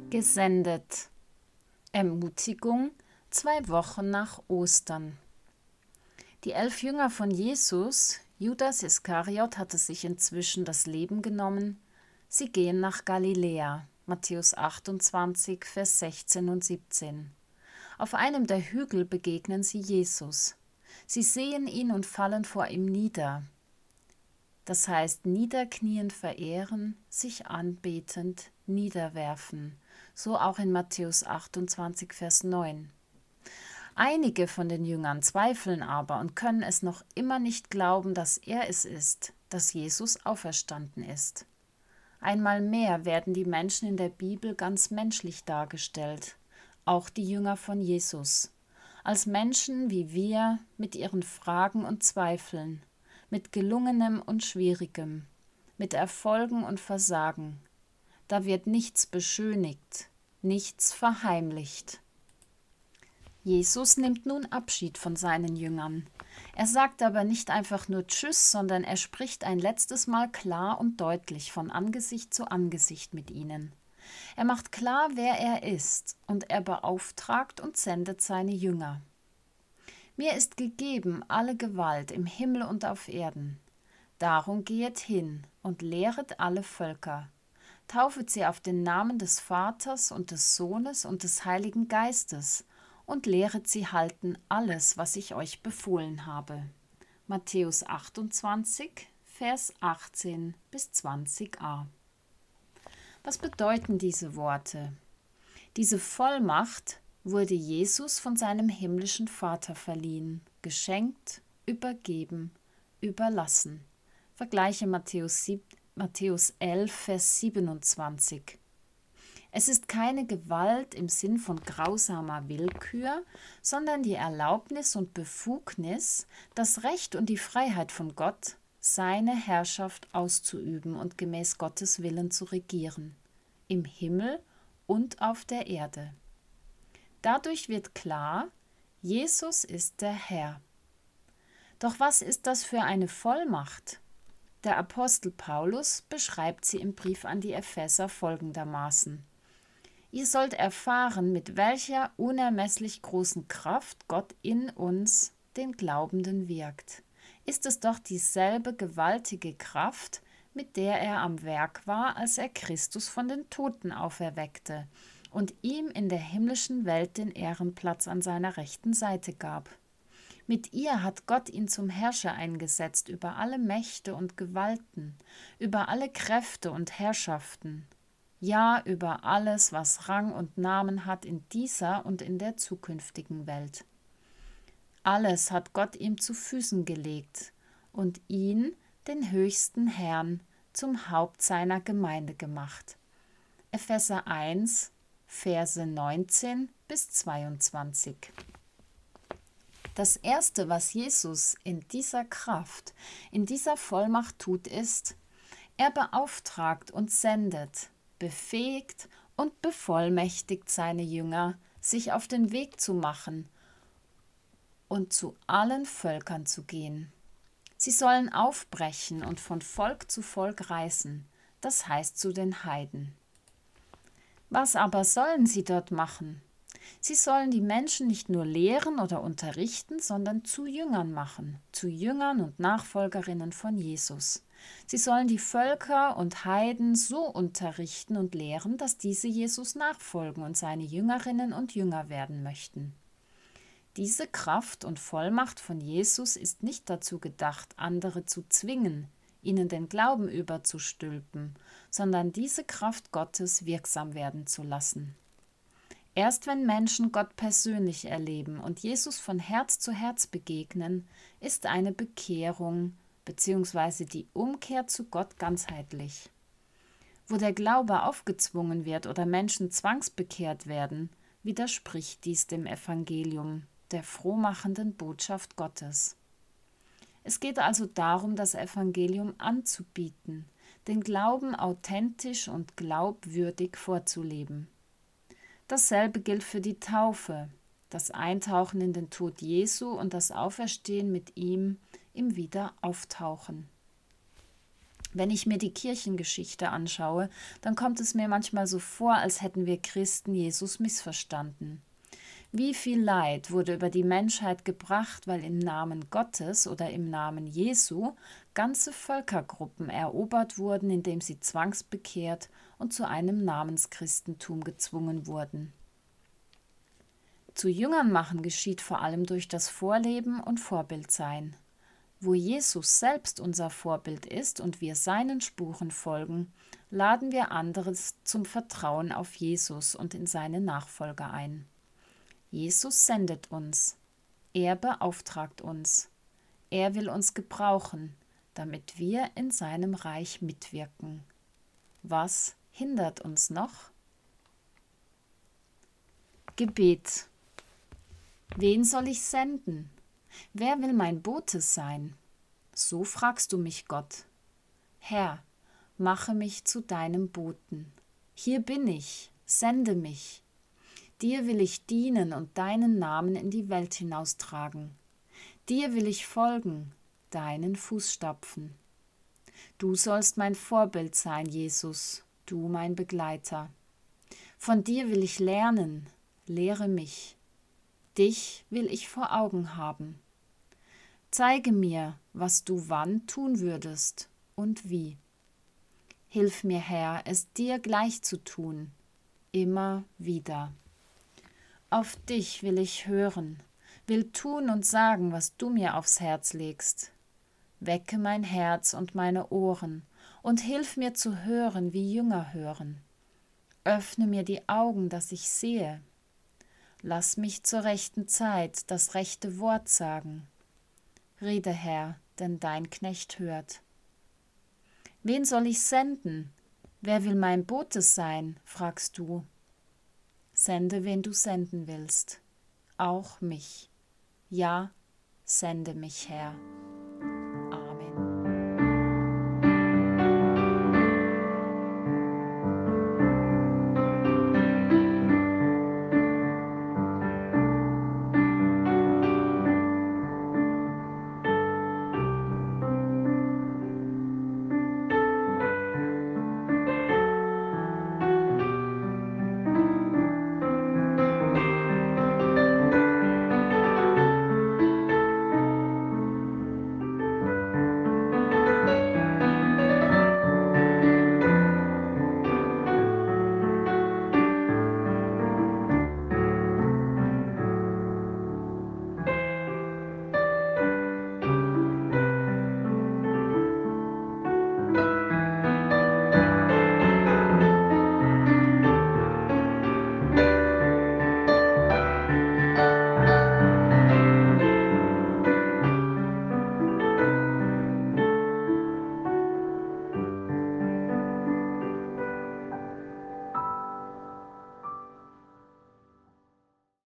Gesendet. Ermutigung 2 Wochen nach Ostern. Die 11 Jünger von Jesus, Judas Iskariot hatte sich inzwischen das Leben genommen. Sie gehen nach Galiläa, Matthäus 28, Vers 16 und 17. Auf einem der Hügel begegnen sie Jesus. Sie sehen ihn und fallen vor ihm nieder. Das heißt, niederknien verehren, sich anbetend niederwerfen. So auch in Matthäus 28, Vers 9. Einige von den Jüngern zweifeln aber und können es noch immer nicht glauben, dass er es ist, dass Jesus auferstanden ist. Einmal mehr werden die Menschen in der Bibel ganz menschlich dargestellt, auch die Jünger von Jesus, als Menschen wie wir mit ihren Fragen und Zweifeln, mit Gelungenem und Schwierigem, mit Erfolgen und Versagen. Da wird nichts beschönigt, nichts verheimlicht. Jesus nimmt nun Abschied von seinen Jüngern. Er sagt aber nicht einfach nur Tschüss, sondern er spricht ein letztes Mal klar und deutlich von Angesicht zu Angesicht mit ihnen. Er macht klar, wer er ist, und er beauftragt und sendet seine Jünger. Mir ist gegeben alle Gewalt im Himmel und auf Erden. Darum gehet hin und lehret alle Völker. Taufet sie auf den Namen des Vaters und des Sohnes und des Heiligen Geistes und lehret sie halten alles, was ich euch befohlen habe. Matthäus 28, Vers 18 bis 20a. Was bedeuten diese Worte? Diese Vollmacht wurde Jesus von seinem himmlischen Vater verliehen, geschenkt, übergeben, überlassen. Vergleiche Matthäus 11, Vers 27. Es ist keine Gewalt im Sinn von grausamer Willkür, sondern die Erlaubnis und Befugnis, das Recht und die Freiheit von Gott, seine Herrschaft auszuüben und gemäß Gottes Willen zu regieren, im Himmel und auf der Erde. Dadurch wird klar, Jesus ist der Herr. Doch was ist das für eine Vollmacht? Der Apostel Paulus beschreibt sie im Brief an die Epheser folgendermaßen: Ihr sollt erfahren, mit welcher unermesslich großen Kraft Gott in uns, den Glaubenden, wirkt. Ist es doch dieselbe gewaltige Kraft, mit der er am Werk war, als er Christus von den Toten auferweckte und ihm in der himmlischen Welt den Ehrenplatz an seiner rechten Seite gab. Mit ihr hat Gott ihn zum Herrscher eingesetzt über alle Mächte und Gewalten, über alle Kräfte und Herrschaften, ja, über alles, was Rang und Namen hat in dieser und in der zukünftigen Welt. Alles hat Gott ihm zu Füßen gelegt und ihn, den höchsten Herrn, zum Haupt seiner Gemeinde gemacht. Epheser 1, Verse 19 bis 22. Das Erste, was Jesus in dieser Kraft, in dieser Vollmacht tut, ist, er beauftragt und sendet, befähigt und bevollmächtigt seine Jünger, sich auf den Weg zu machen und zu allen Völkern zu gehen. Sie sollen aufbrechen und von Volk zu Volk reisen, das heißt zu den Heiden. Was aber sollen sie dort machen? Sie sollen die Menschen nicht nur lehren oder unterrichten, sondern zu Jüngern machen, zu Jüngern und Nachfolgerinnen von Jesus. Sie sollen die Völker und Heiden so unterrichten und lehren, dass diese Jesus nachfolgen und seine Jüngerinnen und Jünger werden möchten. Diese Kraft und Vollmacht von Jesus ist nicht dazu gedacht, andere zu zwingen, ihnen den Glauben überzustülpen, sondern diese Kraft Gottes wirksam werden zu lassen. Erst wenn Menschen Gott persönlich erleben und Jesus von Herz zu Herz begegnen, ist eine Bekehrung bzw. die Umkehr zu Gott ganzheitlich. Wo der Glaube aufgezwungen wird oder Menschen zwangsbekehrt werden, widerspricht dies dem Evangelium, der frohmachenden Botschaft Gottes. Es geht also darum, das Evangelium anzubieten, den Glauben authentisch und glaubwürdig vorzuleben. Dasselbe gilt für die Taufe, das Eintauchen in den Tod Jesu und das Auferstehen mit ihm im Wiederauftauchen. Wenn ich mir die Kirchengeschichte anschaue, dann kommt es mir manchmal so vor, als hätten wir Christen Jesus missverstanden. Wie viel Leid wurde über die Menschheit gebracht, weil im Namen Gottes oder im Namen Jesu ganze Völkergruppen erobert wurden, indem sie zwangsbekehrt und zu einem Namenschristentum gezwungen wurden. Zu Jüngern machen geschieht vor allem durch das Vorleben und Vorbildsein. Wo Jesus selbst unser Vorbild ist und wir seinen Spuren folgen, laden wir andere zum Vertrauen auf Jesus und in seine Nachfolger ein. Jesus sendet uns. Er beauftragt uns. Er will uns gebrauchen, damit wir in seinem Reich mitwirken. Was hindert uns noch? Gebet. Wen soll ich senden? Wer will mein Bote sein? So fragst du mich, Gott. Herr, mache mich zu deinem Boten. Hier bin ich, sende mich. Dir will ich dienen und deinen Namen in die Welt hinaustragen. Dir will ich folgen, deinen Fußstapfen. Du sollst mein Vorbild sein, Jesus, du mein Begleiter. Von dir will ich lernen, lehre mich. Dich will ich vor Augen haben. Zeige mir, was du wann tun würdest und wie. Hilf mir, Herr, es dir gleich zu tun, immer wieder. Auf dich will ich hören, will tun und sagen, was du mir aufs Herz legst. Wecke mein Herz und meine Ohren und hilf mir zu hören, wie Jünger hören. Öffne mir die Augen, dass ich sehe. Lass mich zur rechten Zeit das rechte Wort sagen. Rede, Herr, denn dein Knecht hört. Wen soll ich senden? Wer will mein Bote sein, fragst du. Sende, wen du senden willst, auch mich. Ja, sende mich, Herr.